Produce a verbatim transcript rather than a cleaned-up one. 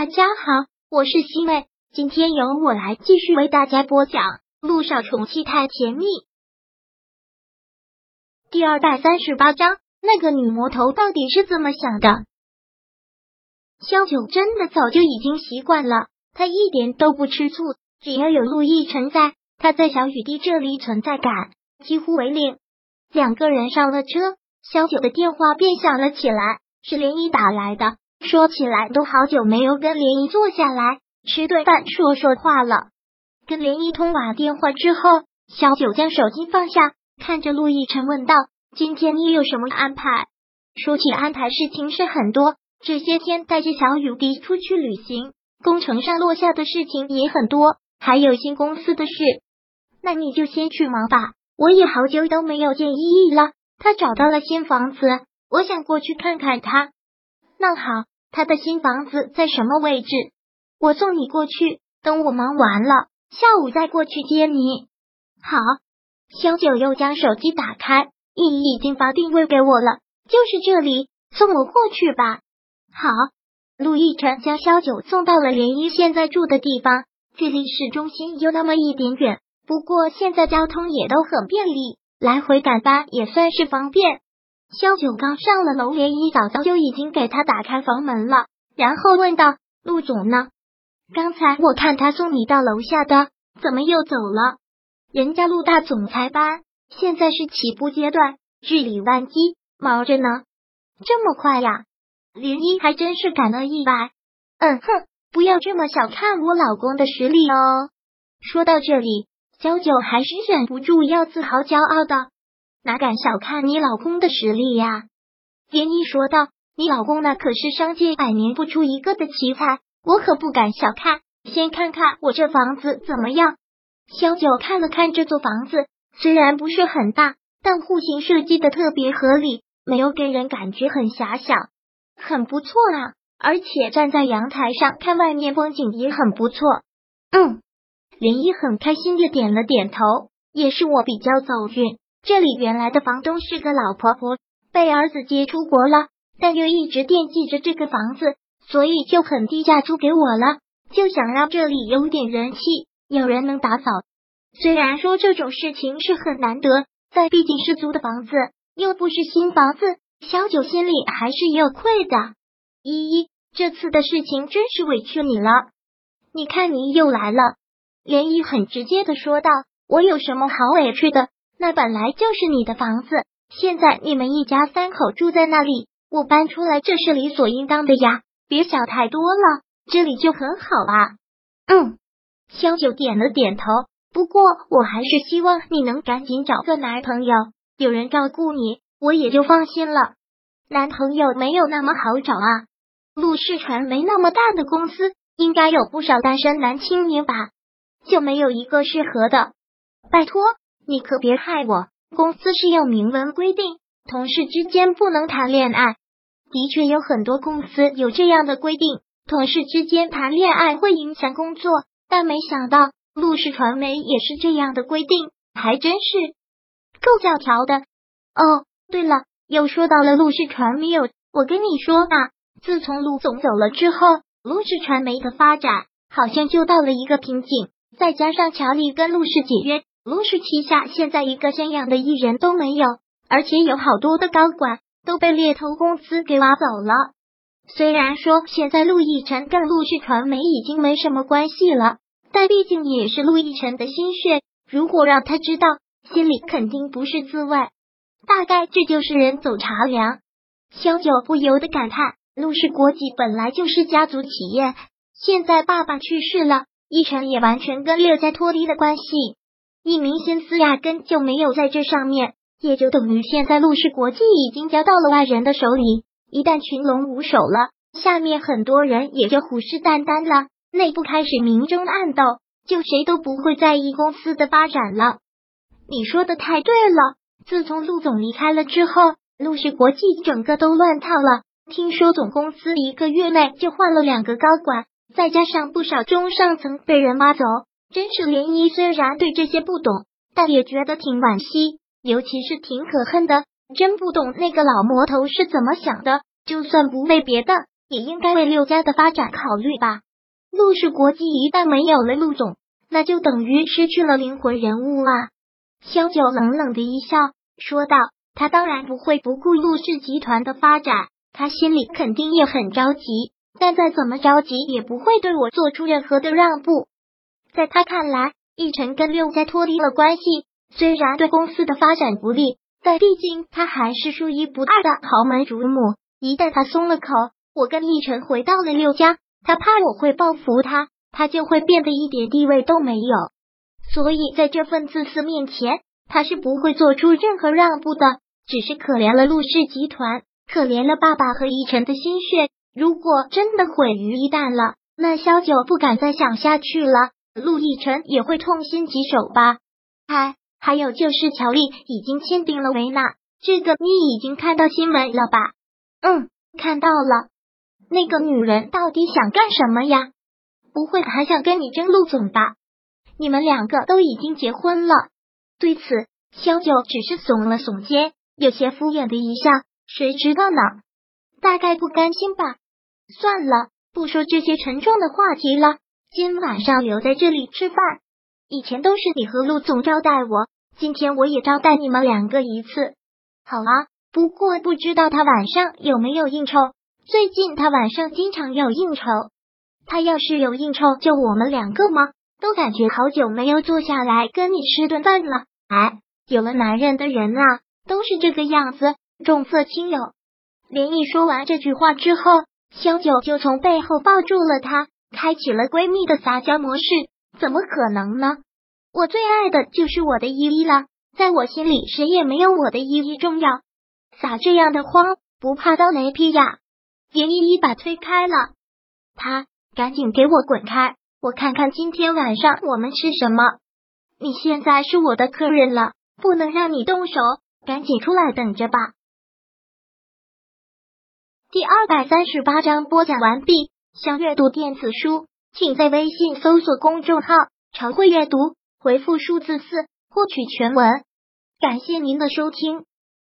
大家好，我是西妹，今天由我来继续为大家播讲《陆少宠妻太甜蜜》第二百三十八章，那个女魔头到底是怎么想的？萧九真的早就已经习惯了，他一点都不吃醋，只要有陆亦辰在，他在小雨滴这里存在感几乎为零。两个人上了车，萧九的电话便响了起来，是涟漪打来的。说起来都好久没有跟涟漪坐下来吃顿饭说说话了。跟涟漪通完电话之后，萧九将手机放下，看着陆亦辰问道：今天你有什么安排？说起安排，事情是很多，这些天带着小雨滴出去旅行，工程上落下的事情也很多，还有新公司的事。那你就先去忙吧，我也好久都没有见依依了，她找到了新房子，我想过去看看她。那好，她的新房子在什么位置？我送你过去，等我忙完了，下午再过去接你。好。萧九又将手机打开，依依已经发定位给我了，就是这里，送我过去吧。好。陆亦辰将萧九送到了涟漪现在住的地方，距离市中心有那么一点远，不过现在交通也都很便利，来回赶班也算是方便。萧九刚上了楼，涟漪早早就已经给他打开房门了，然后问道：陆总呢？刚才我看他送你到楼下的，怎么又走了？人家陆大总裁班现在是起步阶段，日理万机，忙着呢。这么快呀？涟漪还真是感到意外。嗯哼，不要这么小看我老公的实力哦。说到这里，萧九还是忍不住要自豪骄傲的。哪敢小看你老公的实力呀？涟漪说道：你老公那可是商界百年不出一个的奇才，我可不敢小看。先看看我这房子怎么样？萧九看了看这座房子，虽然不是很大，但户型设计的特别合理，没有给人感觉很狭小，很不错啊。而且站在阳台上看外面风景也很不错。嗯，涟漪很开心的点了点头，也是我比较走运。这里原来的房东是个老婆婆，被儿子接出国了，但又一直惦记着这个房子，所以就很低价租给我了，就想让这里有点人气，有人能打扫。虽然说这种事情是很难得，但毕竟是租的房子，又不是新房子，萧九心里还是有愧的。依依，这次的事情真是委屈你了。你看你又来了。涟漪很直接的说道：我有什么好委屈的？那本来就是你的房子，现在你们一家三口住在那里，我搬出来这是理所应当的呀，别想太多了，这里就很好啊。嗯，萧九点了点头，不过我还是希望你能赶紧找个男朋友，有人照顾你，我也就放心了。男朋友没有那么好找啊，陆氏传媒那么大的公司，应该有不少单身男青年吧，就没有一个适合的。拜托你可别害我，公司是有明文规定，同事之间不能谈恋爱。的确有很多公司有这样的规定，同事之间谈恋爱会影响工作，但没想到陆氏传媒也是这样的规定，还真是够教条的。哦，对了，又说到了陆氏传媒，我跟你说啊，自从陆总走了之后，陆氏传媒的发展好像就到了一个瓶颈，再加上乔丽跟陆氏解约，陆氏旗下现在一个像样的艺人都没有，而且有好多的高管都被猎头公司给挖走了。虽然说现在陆亦辰跟陆氏传媒已经没什么关系了，但毕竟也是陆亦辰的心血，如果让他知道，心里肯定不是滋味。大概这就是人走茶凉。萧九不由得感叹，陆氏国际本来就是家族企业，现在爸爸去世了，亦辰也完全跟岳家脱离了关系，一名心思压根就没有在这上面，也就等于现在陆氏国际已经交到了外人的手里，一旦群龙无首了，下面很多人也就虎视眈眈了，内部开始明争暗斗，就谁都不会在意公司的发展了。你说的太对了，自从陆总离开了之后，陆氏国际整个都乱套了，听说总公司一个月内就换了两个高管，再加上不少中上层被人挖走，真是涟漪虽然对这些不懂，但也觉得挺惋惜，尤其是挺可恨的，真不懂那个老魔头是怎么想的，就算不为别的， 也应该为陆家的发展考虑吧。陆氏国际一旦没有了陆总，那就等于失去了灵魂人物啊。萧九冷冷的一笑，说道，他当然不会不顾陆氏集团的发展，他心里肯定也很着急，但再怎么着急也不会对我做出任何的让步。在他看来，奕晨跟陆家脱离了关系，虽然对公司的发展不利，但毕竟他还是数一不二的豪门主母，一旦他松了口，我跟奕晨回到了陆家，他怕我会报复他，他就会变得一点地位都没有。所以在这份自私面前，他是不会做出任何让步的，只是可怜了陆氏集团，可怜了爸爸和奕晨的心血。如果真的毁于一旦了，那萧九不敢再想下去了，陆奕晨也会痛心疾首吧。哎，还有就是乔丽已经签订了维纳，这个你已经看到新闻了吧？嗯，看到了。那个女人到底想干什么呀？不会还想跟你争陆总吧？你们两个都已经结婚了。对此，萧九只是耸了耸肩，有些敷衍的一笑，谁知道呢？大概不甘心吧。算了，不说这些沉重的话题了，今晚上留在这里吃饭。以前都是你和陆总招待我，今天我也招待你们两个一次。好啊，不过不知道他晚上有没有应酬，最近他晚上经常有应酬。他要是有应酬，就我们两个吗？都感觉好久没有坐下来跟你吃顿饭了。哎，有了男人的人啊，都是这个样子，重色轻友。连毅说完这句话之后，萧九就从背后抱住了她，开启了闺蜜的撒娇模式。怎么可能呢？我最爱的就是我的依依了，在我心里谁也没有我的依依重要。撒这样的谎，不怕遭雷劈呀？连依依把推开了，他赶紧给我滚开，我看看今天晚上我们吃什么。你现在是我的客人了，不能让你动手，赶紧出来等着吧。第二百三十八章播讲完毕。想阅读电子书，请在微信搜索公众号常会阅读，回复数字四获取全文。感谢您的收听。